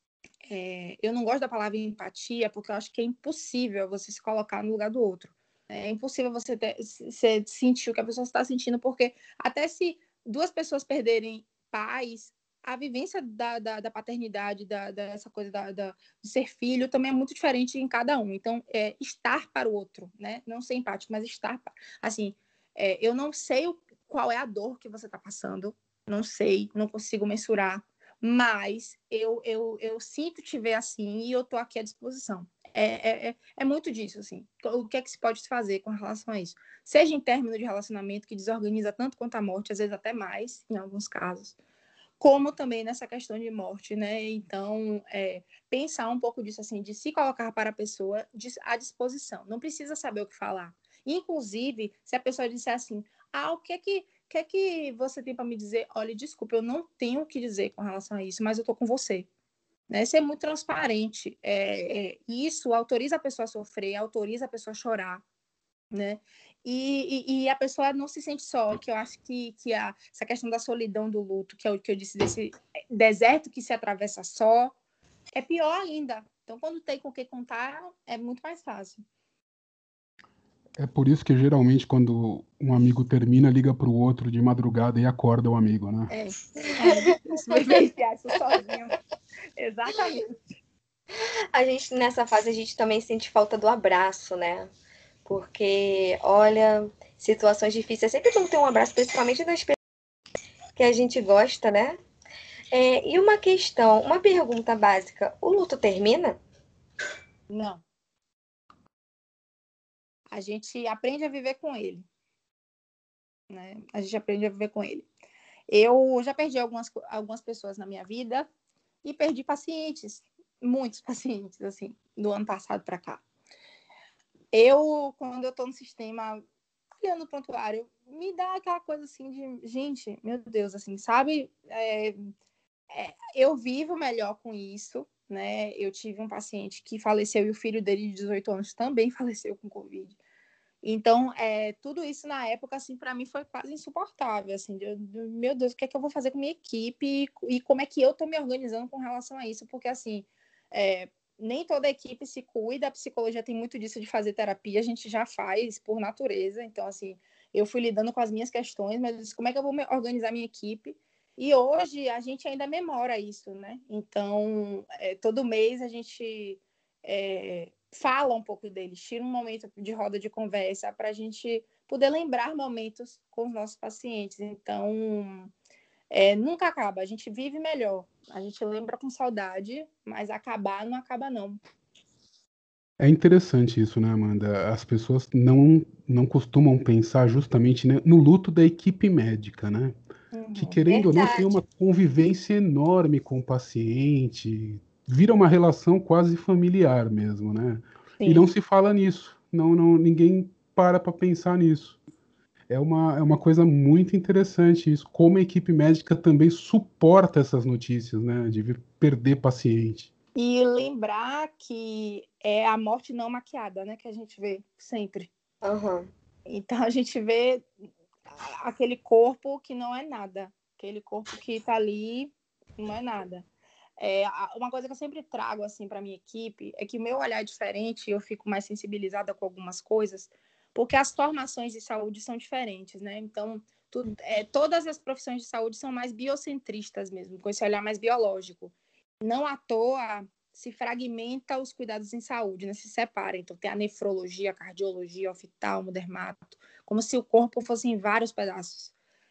é, eu não gosto da palavra empatia, porque eu acho que é impossível você se colocar no lugar do outro. É impossível você, ter, você sentir o que a pessoa está sentindo, porque até se duas pessoas perderem pais, a vivência da, da, da paternidade, da, dessa coisa da, da, de ser filho, também é muito diferente em cada um. Então, é, estar para o outro, né? Não ser empático, mas estar. Assim, é, eu não sei o, qual é a dor que você está passando, não sei, não consigo mensurar, mas eu, eu, eu sinto te ver assim e eu estou aqui à disposição. É, é, é muito disso, assim. O que é que se pode fazer com relação a isso? Seja em término de relacionamento, que desorganiza tanto quanto a morte, às vezes até mais, em alguns casos, como também nessa questão de morte, né? Então, é, pensar um pouco disso, assim, de se colocar para a pessoa à disposição. Não precisa saber o que falar. Inclusive, se a pessoa disser assim, ah, o que é que, que, é que você tem para me dizer? Olha, desculpa, eu não tenho o que dizer com relação a isso, mas eu estou com você. Né? Ser muito transparente. É, é, isso autoriza a pessoa a sofrer, autoriza a pessoa a chorar, né? E, e, e a pessoa não se sente só, que eu acho que, que a, essa questão da solidão do luto, que é o que eu disse, desse deserto que se atravessa só, é pior ainda. Então, quando tem com o que contar, é muito mais fácil. É por isso que geralmente quando um amigo termina, liga para o outro de madrugada e acorda o amigo, né? É, é difícil vivenciar isso sozinho. Exatamente. A gente, nessa fase, a gente também sente falta do abraço, né? Porque, olha, situações difíceis. É sempre bom ter um abraço, principalmente das pessoas que a gente gosta, né? É, e uma questão, uma pergunta básica: o luto termina? Não. A gente aprende a viver com ele. Né? A gente aprende a viver com ele. Eu já perdi algumas, algumas pessoas na minha vida e perdi pacientes, muitos pacientes, assim, do ano passado para cá. Eu, quando eu tô no sistema, olhando o prontuário, me dá aquela coisa assim de, gente, meu Deus, assim, sabe? É, é, eu vivo melhor com isso, né? Eu tive um paciente que faleceu e o filho dele de dezoito anos também faleceu com Covid. Então, é, tudo isso na época, assim, para mim foi quase insuportável, assim, de, de, meu Deus, o que é que eu vou fazer com minha equipe e, e como é que eu tô me organizando com relação a isso, porque, assim, é, nem toda a equipe se cuida, a psicologia tem muito disso de fazer terapia, a gente já faz por natureza, então, assim, eu fui lidando com as minhas questões, mas eu disse, como é que eu vou organizar minha equipe? E hoje a gente ainda memora isso, né? Então, é, todo mês a gente... É, fala um pouco deles, tira um momento de roda de conversa para a gente poder lembrar momentos com os nossos pacientes. Então, é, nunca acaba, a gente vive melhor, a gente lembra com saudade, mas acabar não acaba não. É interessante isso, né, Amanda? As pessoas não, não costumam pensar justamente, né, no luto da equipe médica, né? Que, Uhum. querendo ou não, tem uma Verdade. convivência enorme com o paciente, vira uma relação quase familiar mesmo, né? E Sim. não se fala nisso, não, não, ninguém para para pensar nisso. É uma, é uma coisa muito interessante isso, como a equipe médica também suporta essas notícias, né, de vir perder paciente. E lembrar que é a morte não maquiada, né, que a gente vê sempre. Uhum. Então a gente vê aquele corpo que não é nada, aquele corpo que está ali não é nada. É, uma coisa que eu sempre trago assim para minha equipe é que o meu olhar é diferente, eu fico mais sensibilizada com algumas coisas, porque as formações de saúde são diferentes, né? Então, tu, é, todas as profissões de saúde são mais biocentristas mesmo, com esse olhar mais biológico. Não à toa se fragmenta os cuidados em saúde, né? Se separa. Então, tem a nefrologia, a cardiologia, oftalmo, dermato, como se o corpo fosse em vários pedaços.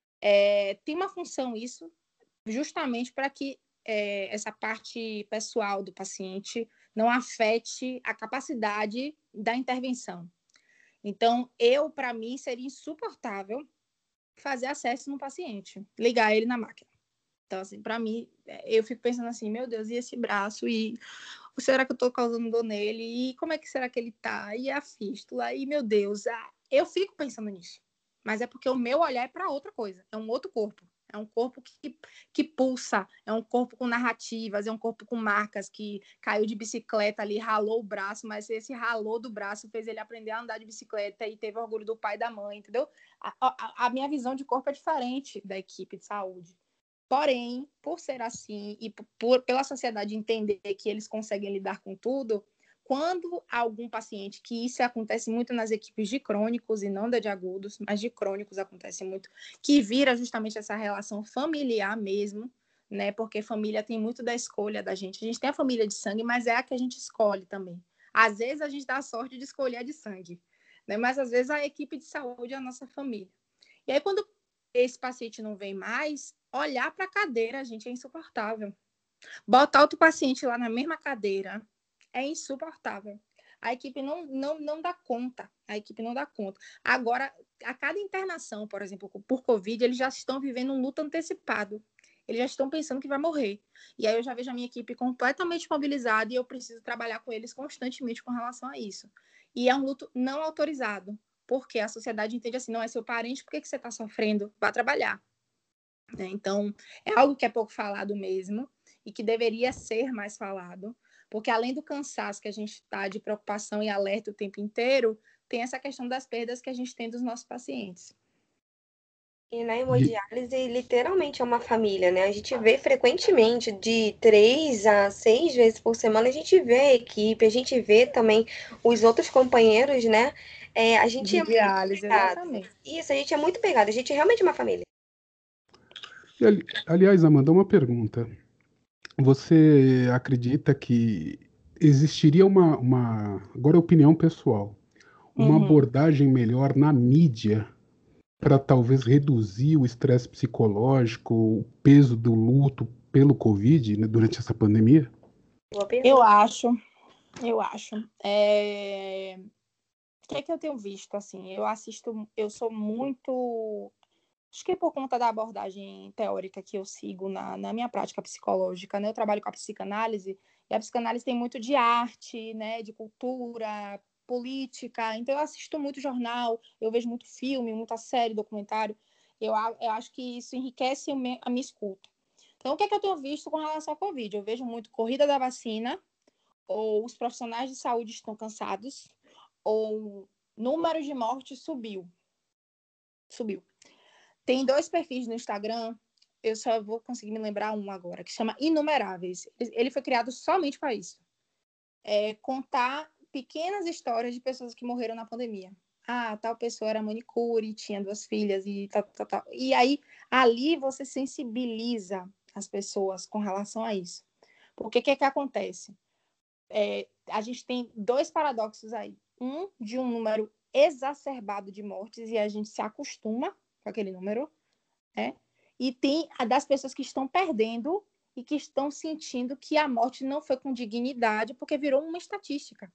É, tem uma função isso, justamente para que é, essa parte pessoal do paciente não afete a capacidade da intervenção. Então, eu, para mim, seria insuportável fazer acesso no paciente, ligar ele na máquina. Então, assim, para mim, eu fico pensando assim, meu Deus, e esse braço? E será que eu estou causando dor nele? E como é que será que ele tá? E a fístula? E, meu Deus, ah, eu fico pensando nisso. Mas é porque o meu olhar é para outra coisa, é um outro corpo. É um corpo que, que pulsa, é um corpo com narrativas, é um corpo com marcas, que caiu de bicicleta ali, ralou o braço, mas esse ralou do braço fez ele aprender a andar de bicicleta e teve orgulho do pai e da mãe, entendeu? A, a, a minha visão de corpo é diferente da equipe de saúde. Porém, por ser assim e por, pela sociedade entender que eles conseguem lidar com tudo, quando algum paciente, que isso acontece muito nas equipes de crônicos e não da de agudos, mas de crônicos acontece muito, que vira justamente essa relação familiar mesmo, né? Porque família tem muito da escolha da gente. A gente tem a família de sangue, mas é a que a gente escolhe também. Às vezes a gente dá a sorte de escolher a de sangue, né? Mas às vezes a equipe de saúde é a nossa família. E aí, quando esse paciente não vem mais, olhar para a cadeira, gente, é insuportável. Botar outro paciente lá na mesma cadeira é insuportável. A equipe não, não, não dá conta. A equipe não dá conta. Agora, a cada internação, por exemplo, por Covid, eles já estão vivendo um luto antecipado. Eles já estão pensando que vai morrer. E aí eu já vejo a minha equipe completamente mobilizada e eu preciso trabalhar com eles constantemente com relação a isso. E é um luto não autorizado, porque a sociedade entende assim, não é seu parente, por que, que você está sofrendo? Vá trabalhar. Então, é algo que é pouco falado mesmo e que deveria ser mais falado, porque além do cansaço que a gente está de preocupação e alerta o tempo inteiro, tem essa questão das perdas que a gente tem dos nossos pacientes. E na hemodiálise, literalmente é uma família, né? A gente vê frequentemente, de três a seis vezes por semana, a gente vê a equipe, a gente vê também os outros companheiros, né? É, a gente De é muito diálise, pegado. exatamente. Isso, a gente é muito pegado, a gente é realmente uma família. E, ali- aliás, Amanda, uma pergunta. Você acredita que existiria uma, uma, agora é opinião pessoal, uma Uhum. abordagem melhor na mídia para talvez reduzir o estresse psicológico, o peso do luto pelo Covid, né, durante essa pandemia? Boa Eu pergunta. acho, eu acho. É... O que é que eu tenho visto, assim? Eu assisto, eu sou muito... Acho que é por conta da abordagem teórica que eu sigo na, na minha prática psicológica, né? Eu trabalho com a psicanálise, e a psicanálise tem muito de arte, né? De cultura, política. Então, eu assisto muito jornal, eu vejo muito filme, muita série, documentário. Eu, eu acho que isso enriquece a minha, a minha escuta. Então, o que é que eu tenho visto com relação ao Covid? Eu vejo muito corrida da vacina, ou os profissionais de saúde estão cansados, ou número de mortes subiu. Subiu. Tem dois perfis no Instagram, eu só vou conseguir me lembrar um agora, que chama Inumeráveis. Ele foi criado somente para isso. É contar pequenas histórias de pessoas que morreram na pandemia. Ah, tal pessoa era manicure, tinha duas filhas e tal, tal, tal. E aí, ali você sensibiliza as pessoas com relação a isso. Porque o que, que acontece? É, a gente tem dois paradoxos aí. Um, de um número exacerbado de mortes, e a gente se acostuma com aquele número, né? E tem a das pessoas que estão perdendo e que estão sentindo que a morte não foi com dignidade, porque virou uma estatística.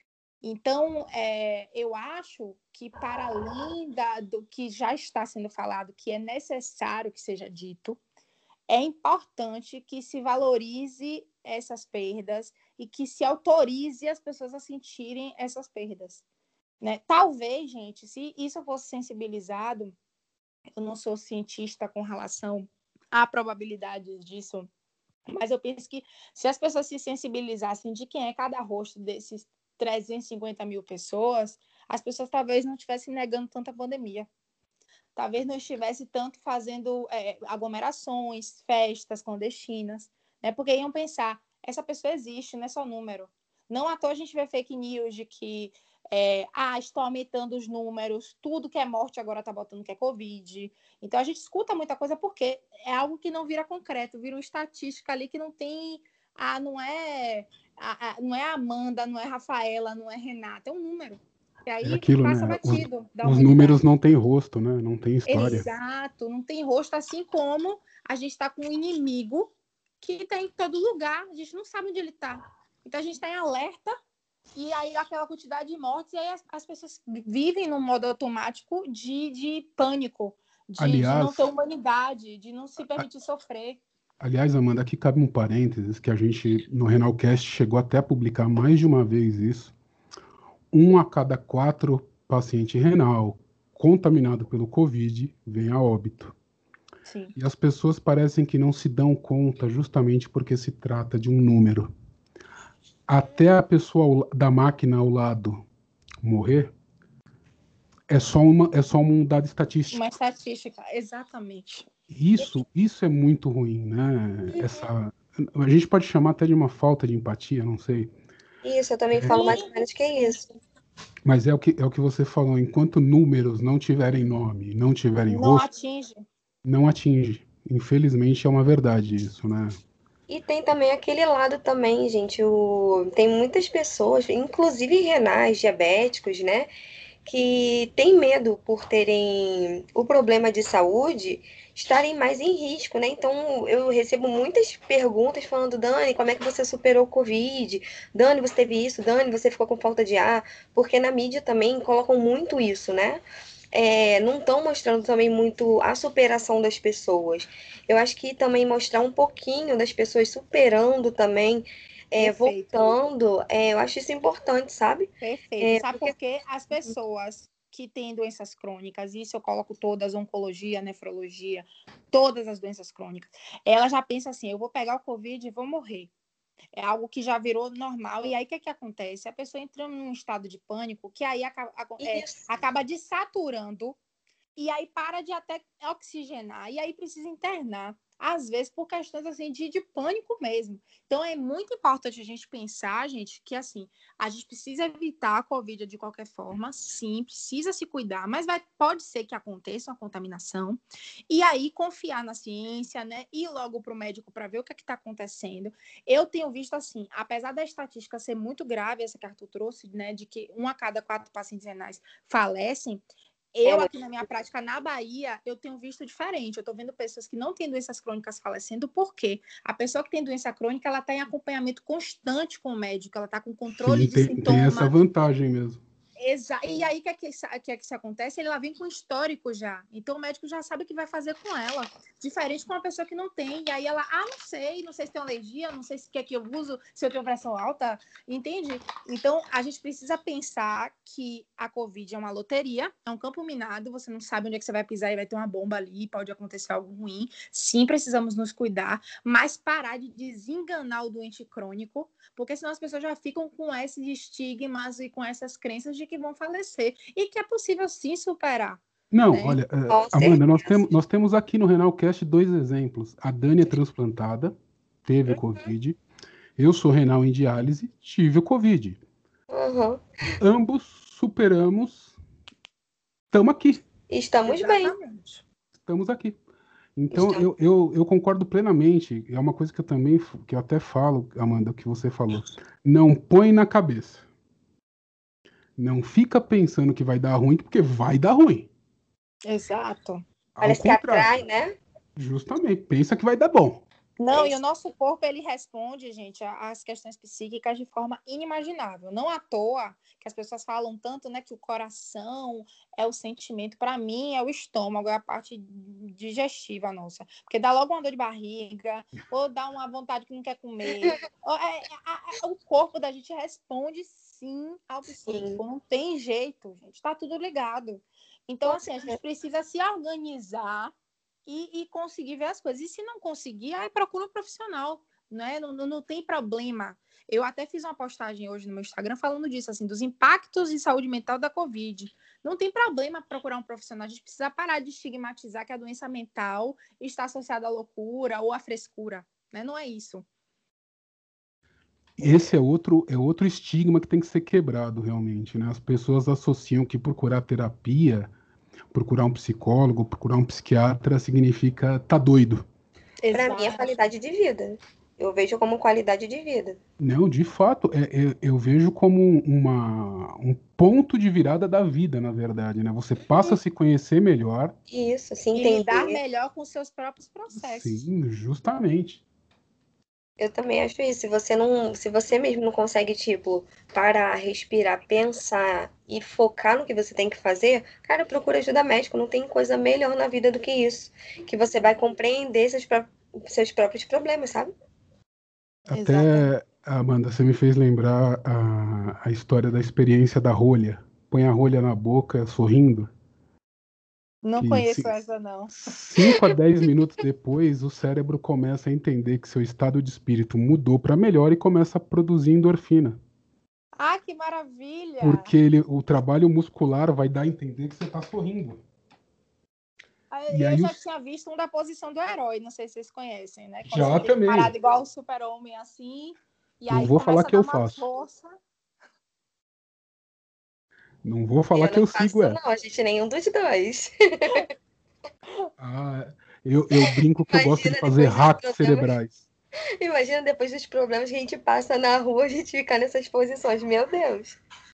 Então, é, eu acho que, para além da, do que já está sendo falado, que é necessário que seja dito, é importante que se valorize essas perdas e que se autorize as pessoas a sentirem essas perdas, né? Talvez, gente, se isso fosse sensibilizado, eu não sou cientista com relação à probabilidade disso, mas eu penso que se as pessoas se sensibilizassem de quem é cada rosto desses trezentos e cinquenta mil pessoas, as pessoas talvez não estivessem negando tanta pandemia. Talvez não estivesse tanto fazendo é, aglomerações, festas clandestinas, né? Porque iam pensar, essa pessoa existe, não é só número. Não à toa a gente vê fake news de que É, ah, estão aumentando os números, tudo que é morte agora está botando que é Covid. Então, a gente escuta muita coisa porque é algo que não vira concreto, vira uma estatística ali que não tem... Ah, não é, a, a, não é Amanda, não é Rafaela, não é Renata, é um número. E É aí aquilo, passa né? Os, batido da os números humanidade. não têm rosto, né? Não tem história. Exato, não tem rosto, assim como a gente está com um inimigo que está em todo lugar, a gente não sabe onde ele está. Então, a gente está em alerta. E aí, aquela quantidade de mortes, e aí as, as pessoas vivem num modo automático de, de pânico, de, de não ter Aliás, humanidade, de não se a- permitir sofrer. aliás, Amanda, aqui cabe um parênteses que a gente, no Renalcast, chegou até a publicar mais de uma vez isso. Um a cada quatro paciente renal contaminado pelo Covid vem a óbito. Sim. E as pessoas parecem que não se dão conta justamente porque se trata de um número. Até a pessoa ao- da máquina ao lado morrer, é só uma, é só um dado Uma estatístico. estatística, exatamente. Isso, isso é muito ruim, né? Essa, a gente pode chamar até de uma falta de empatia, não sei. Isso, eu também falo mais ou Sim, menos que é isso. Mas é o que, é o que você falou. Enquanto números não tiverem nome, não tiverem não rosto, atinge. não atinge. Infelizmente é uma verdade isso, né? E tem também aquele lado também, gente, o... tem muitas pessoas, inclusive renais, diabéticos, né, que têm medo por terem o problema de saúde estarem mais em risco, né? Então eu recebo muitas perguntas falando, Dani, como é que você superou o Covid? Dani, você teve isso? Dani, você ficou com falta de ar? Porque na mídia também colocam muito isso, né? É, não estão mostrando também muito a superação das pessoas. Eu acho que também mostrar um pouquinho das pessoas superando também, é, Perfeito, voltando, é, eu acho isso importante, sabe? perfeito. É, Sabe porque por quê? As pessoas que têm doenças crônicas, isso eu coloco todas, oncologia, nefrologia, todas as doenças crônicas, ela já pensa assim, eu vou pegar o Covid e vou morrer. É algo que já virou normal. E aí, o que, é que acontece? A pessoa entra num estado de pânico que aí acaba, é, isso. acaba desaturando e aí para de até oxigenar, e aí precisa internar, às vezes por questões assim de, de pânico mesmo. Então é muito importante a gente pensar, gente, que assim, a gente precisa evitar a Covid de qualquer forma, sim, precisa se cuidar, mas vai, pode ser que aconteça uma contaminação, e aí confiar na ciência, né, ir logo para o médico para ver o que é que está acontecendo. Eu tenho visto assim, apesar da estatística ser muito grave, essa que a Arthur trouxe, né, de que um a cada quatro pacientes renais falecem, É eu, muito. aqui na minha prática, na Bahia, eu tenho visto diferente. Eu estou vendo pessoas que não têm doenças crônicas falecendo, porque a pessoa que tem doença crônica, ela está em acompanhamento constante com o médico, ela está com controle Sim, de tem, tem essa sintoma. vantagem mesmo. Exa e aí, o que, é que, que é que isso acontece? Ele lá vem com histórico já. Então, o médico já sabe o que vai fazer com ela. Diferente com uma pessoa que não tem. E aí ela, ah, não sei, não sei se tem alergia, não sei se quer que eu uso, se eu tenho pressão alta. Entende? Então, a gente precisa pensar que a Covid é uma loteria, é um campo minado, você não sabe onde é que você vai pisar e vai ter uma bomba ali, pode acontecer algo ruim. Sim, precisamos nos cuidar, mas parar de desenganar o doente crônico, porque senão as pessoas já ficam com esses estigmas e com essas crenças de que vão falecer e que é possível sim superar, Não, né? olha, eh, Com Amanda, nós, tem, certeza. nós temos aqui no Renalcast dois exemplos. A Dani é transplantada, teve o Covid. Eu sou renal em diálise, tive o Covid. Uhum. Ambos superamos, estamos aqui, Estamos bem. Exatamente. estamos aqui. Então, Estamos... eu, eu, eu concordo plenamente. É uma coisa que eu também, f- que eu até falo, Amanda, que você falou. Não põe na cabeça. Não fica pensando que vai dar ruim, porque vai dar ruim. Exato. Ao Parece que contrário, atrai, né? justamente, pensa que vai dar bom. Não, É e o isso. nosso corpo, ele responde, gente, a- às questões psíquicas de forma inimaginável. Não à toa que as pessoas falam tanto, né, que o coração é o sentimento. Para mim, é o estômago, é a parte digestiva nossa. Porque dá logo uma dor de barriga, ou dá uma vontade que não quer comer. Ou é- é- a- a- o corpo da gente responde, sim, ao Sim. psíquico. Não tem jeito, gente. Tá tudo ligado. Então, Com assim, a gente certeza. precisa se organizar e, e conseguir ver as coisas. E se não conseguir, aí procura um profissional, né? Não, não, não tem problema. Eu até fiz uma postagem hoje no meu Instagram falando disso, assim, dos impactos em saúde mental da Covid. Não tem problema procurar um profissional. A gente precisa parar de estigmatizar que a doença mental está associada à loucura ou à frescura, né? Não é isso. esse é outro, é outro estigma que tem que ser quebrado realmente, né? As pessoas associam que procurar terapia, procurar um psicólogo, procurar um psiquiatra significa tá doido. Para mim é Exato. qualidade de vida. Eu vejo como qualidade de vida. Não, de fato, é- é- eu vejo como uma, um ponto de virada da vida, na verdade, né? Você passa a se conhecer melhor. Isso, se E lidar entender. melhor com seus próprios processos. Sim, justamente. Eu também acho isso. Se você não, se você mesmo não consegue, tipo, parar, respirar, pensar e focar no que você tem que fazer, cara, procura ajuda médica. Não tem coisa melhor na vida do que isso. Que você vai compreender seus, pró- seus próprios problemas, sabe? Exatamente. Até, Amanda, você me fez lembrar a, a história da experiência da rolha. Põe a rolha na boca, sorrindo, Não que conheço ci- essa, não. cinco a dez minutos depois, o cérebro começa a entender que seu estado de espírito mudou para melhor e começa a produzir endorfina. Ah, que maravilha! Porque ele, o trabalho muscular vai dar a entender que você está sorrindo. Ah, E eu aí já os, tinha visto um da posição do herói, não sei se vocês conhecem, né? Quando você já fica também. parado igual o super-homem assim, e Não aí vou falar começa a que dar eu uma faço. força. Não vou falar Eu que não eu faço, sigo ela. não, a gente, nenhum dos dois. Ah, eu, eu brinco que eu gosto de Imagina fazer depois dos hacks problemas. cerebrais. Imagina depois dos problemas que a gente passa na rua, a gente ficar nessas posições. Meu Deus.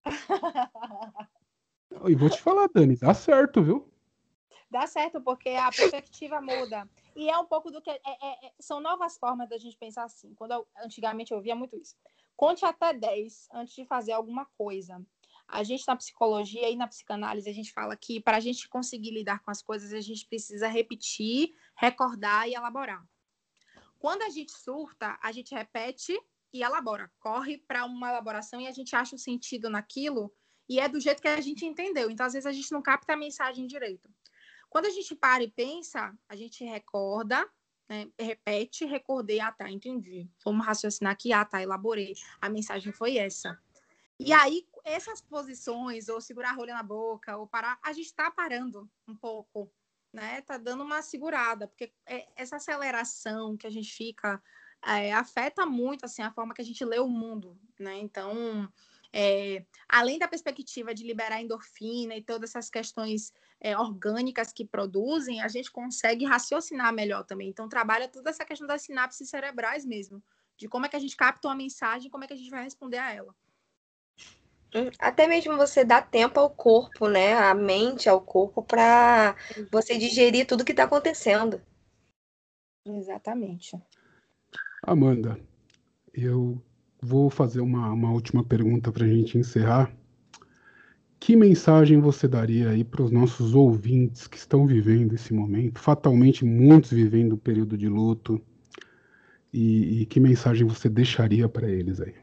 E vou te falar, Dani, dá certo, viu? Dá certo, porque a perspectiva muda. E é um pouco do que. É, é, é, são novas formas da gente pensar assim. Quando eu, antigamente eu ouvia muito isso. Conte até dez antes de fazer alguma coisa. A gente, na psicologia e na psicanálise, a gente fala que para a gente conseguir lidar com as coisas, a gente precisa repetir, recordar e elaborar. Quando a gente surta, a gente repete e elabora. Corre para uma elaboração e a gente acha o sentido naquilo e é do jeito que a gente entendeu. Então, às vezes, a gente não capta a mensagem direito. Quando a gente para e pensa, a gente recorda, né, repete, recordei, ah, tá, entendi. Vamos raciocinar aqui, ah, tá, elaborei. A mensagem foi essa. E aí, essas posições, ou segurar a rolha na boca, ou parar, a gente está parando um pouco, né? Tá dando uma segurada, porque essa aceleração que a gente fica é, afeta muito, assim, a forma que a gente lê o mundo, né? Então, é, além da perspectiva de liberar endorfina e todas essas questões é, orgânicas que produzem, a gente consegue raciocinar melhor também. Então, trabalha toda essa questão das sinapses cerebrais mesmo, de como é que a gente capta uma mensagem e como é que a gente vai responder a ela. Até mesmo você dá tempo ao corpo, né? A mente, ao corpo, para você digerir tudo que está acontecendo. Exatamente. Amanda, eu vou fazer uma, uma última pergunta para a gente encerrar. Que mensagem você daria aí para os nossos ouvintes que estão vivendo esse momento? Fatalmente, muitos vivendo um período de luto. E, e que mensagem você deixaria para eles aí?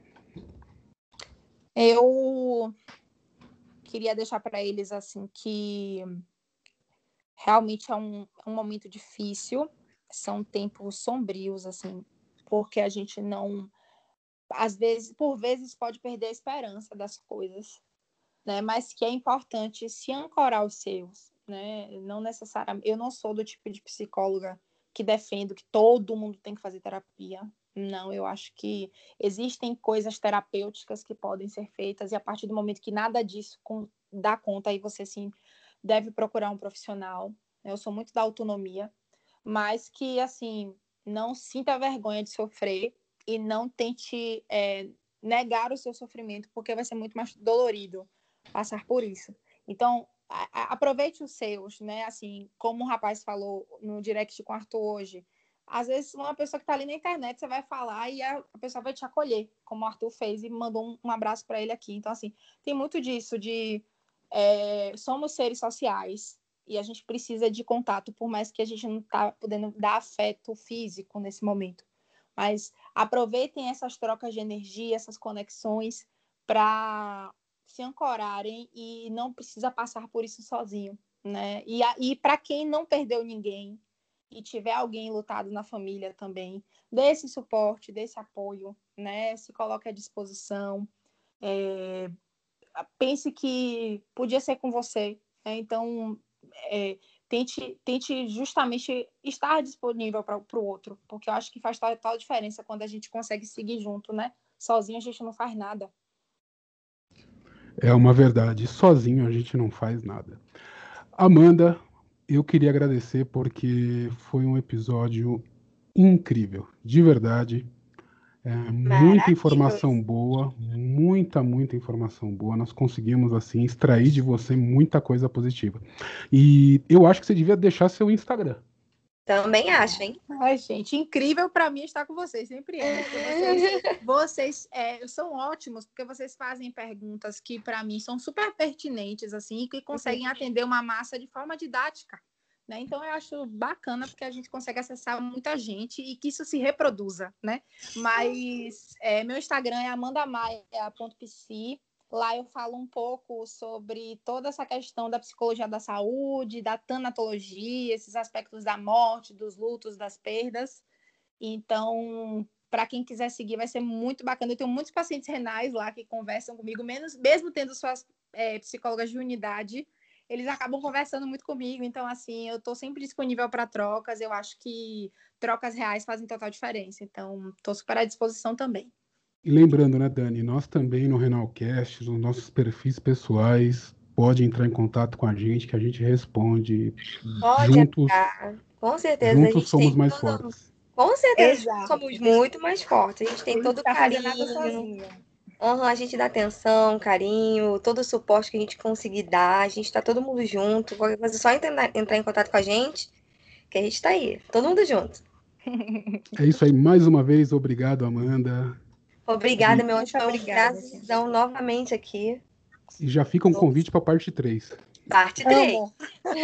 Eu queria deixar para eles assim que realmente é um, é um momento difícil, são tempos sombrios assim, porque a gente não, às vezes, por vezes pode perder a esperança das coisas, né? Mas que é importante se ancorar aos seus, né? Não necessariamente, eu não sou do tipo de psicóloga que defendo que todo mundo tem que fazer terapia. Não, eu acho que existem coisas terapêuticas que podem ser feitas e a partir do momento que nada disso dá conta, aí você sim deve procurar um profissional. Eu sou muito da autonomia, mas que assim não sinta vergonha de sofrer e não tente é, negar o seu sofrimento, porque vai ser muito mais dolorido passar por isso. Então, a, a, aproveite os seus, né? Assim, como o rapaz falou no direct com o Arthur hoje, às vezes uma pessoa que está ali na internet, você vai falar e a, a pessoa vai te acolher, como o Arthur fez e mandou um, um abraço para ele aqui. Então, assim, tem muito disso de é, somos seres sociais e a gente precisa de contato, por mais que a gente não está podendo dar afeto físico nesse momento. Mas aproveitem essas trocas de energia, essas conexões para se ancorarem e não precisa passar por isso sozinho, né? E, e para quem não perdeu ninguém e tiver alguém lutado na família também, dê esse suporte, dê esse apoio, né? Se coloque à disposição. É, pense que podia ser com você, né? Então, é, tente, tente justamente estar disponível para o outro, porque eu acho que faz total diferença quando a gente consegue seguir junto, né? Sozinho a gente não faz nada. É uma verdade. Sozinho a gente não faz nada. Amanda, eu queria agradecer porque foi um episódio incrível, de verdade. É, muita informação Maravilhoso. boa, muita, muita informação boa. Nós conseguimos, assim, extrair de você muita coisa positiva. E eu acho que você devia deixar seu Instagram. Também acho, hein? Ai, gente, incrível para mim estar com vocês, sempre é. Porque vocês, vocês é, são ótimos, porque vocês fazem perguntas que, para mim, são super pertinentes, assim, e que conseguem atender uma massa de forma didática. Né? Então, eu acho bacana, porque a gente consegue acessar muita gente e que isso se reproduza, né? Mas é, meu Instagram é amandamaia ponto psi. Lá eu falo um pouco sobre toda essa questão da psicologia da saúde, da tanatologia, esses aspectos da morte, dos lutos, das perdas. Então, para quem quiser seguir, vai ser muito bacana. Eu tenho muitos pacientes renais lá que conversam comigo, menos, mesmo tendo suas é, psicólogas de unidade, eles acabam conversando muito comigo. Então, assim, eu estou sempre disponível para trocas. Eu acho que trocas reais fazem total diferença. Então, estou super à disposição também. E lembrando, né, Dani, nós também no Renalcast, nos nossos perfis pessoais, pode entrar em contato com a gente, que a gente responde. Pode Juntos, entrar. Com certeza a juntos gente somos tem mais todo... fortes. Com certeza Exato. somos muito mais fortes. A gente tem Ele não todo o está fazendo nada carinho. sozinho. Uhum, a gente dá atenção, carinho, todo o suporte que a gente conseguir dar. A gente tá todo mundo junto. Qualquer coisa é só entrar, entrar em contato com a gente, que a gente tá aí. Todo mundo junto. É isso aí, mais uma vez, obrigado, Amanda. Obrigada, E, meu anjo. Muito Foi um obrigada, gente. prazerzão novamente aqui. e já fica um convite para a parte três. Parte três. Amo.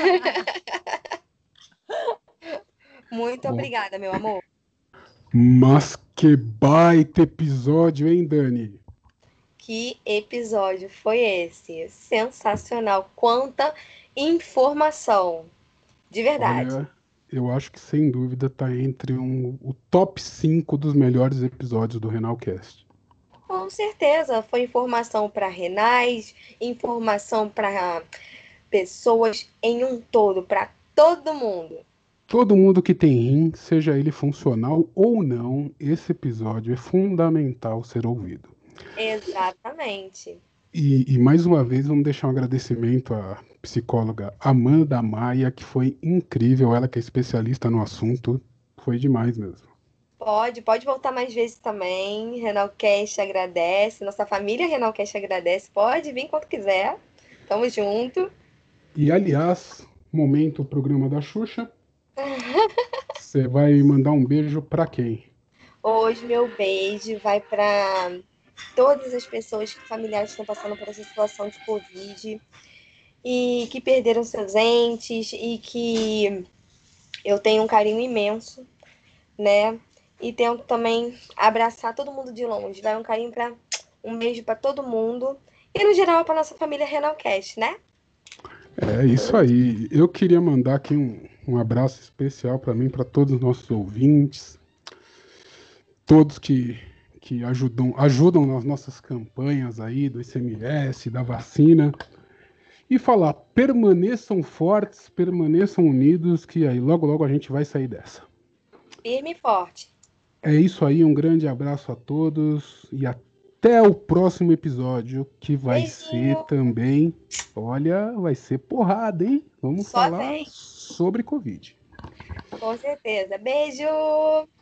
Muito Bom, obrigada, meu amor. mas que baita episódio, hein, Dani? Que episódio foi esse? Sensacional. Quanta informação. De verdade. Olha, eu acho que sem dúvida está entre um, o top cinco dos melhores episódios do Renalcast. Com certeza. Foi informação para renais, informação para pessoas em um todo, para todo mundo. Todo mundo que tem rim, seja ele funcional ou não, esse episódio é fundamental ser ouvido. Exatamente. E, e mais uma vez, vamos deixar um agradecimento à psicóloga Amanda Maia, que foi incrível, ela que é especialista no assunto, foi demais mesmo. Pode, pode voltar mais vezes também. Renalcast agradece, nossa família Renalcast agradece. Pode vir quando quiser. Tamo junto. E aliás, momento programa da Xuxa, você vai mandar um beijo para quem? Hoje meu beijo vai para todas as pessoas que familiares estão passando por essa situação de Covid e que perderam seus entes e que eu tenho um carinho imenso, né? E tento também abraçar todo mundo de longe. Vai um carinho para um beijo para todo mundo e no geral para nossa família Renalcast, né? É isso aí. Eu queria mandar aqui um, um abraço especial para mim, para todos os nossos ouvintes, todos que, que ajudam, ajudam nas nossas campanhas aí do I C M S, da vacina. E falar, permaneçam fortes, permaneçam unidos, que aí logo, logo a gente vai sair dessa. Firme e forte. É isso aí, um grande abraço a todos e até o próximo episódio, que vai Beijinho. ser também, olha, vai ser porrada, hein? Vamos Só falar vem. sobre Covid. Com certeza. Beijo!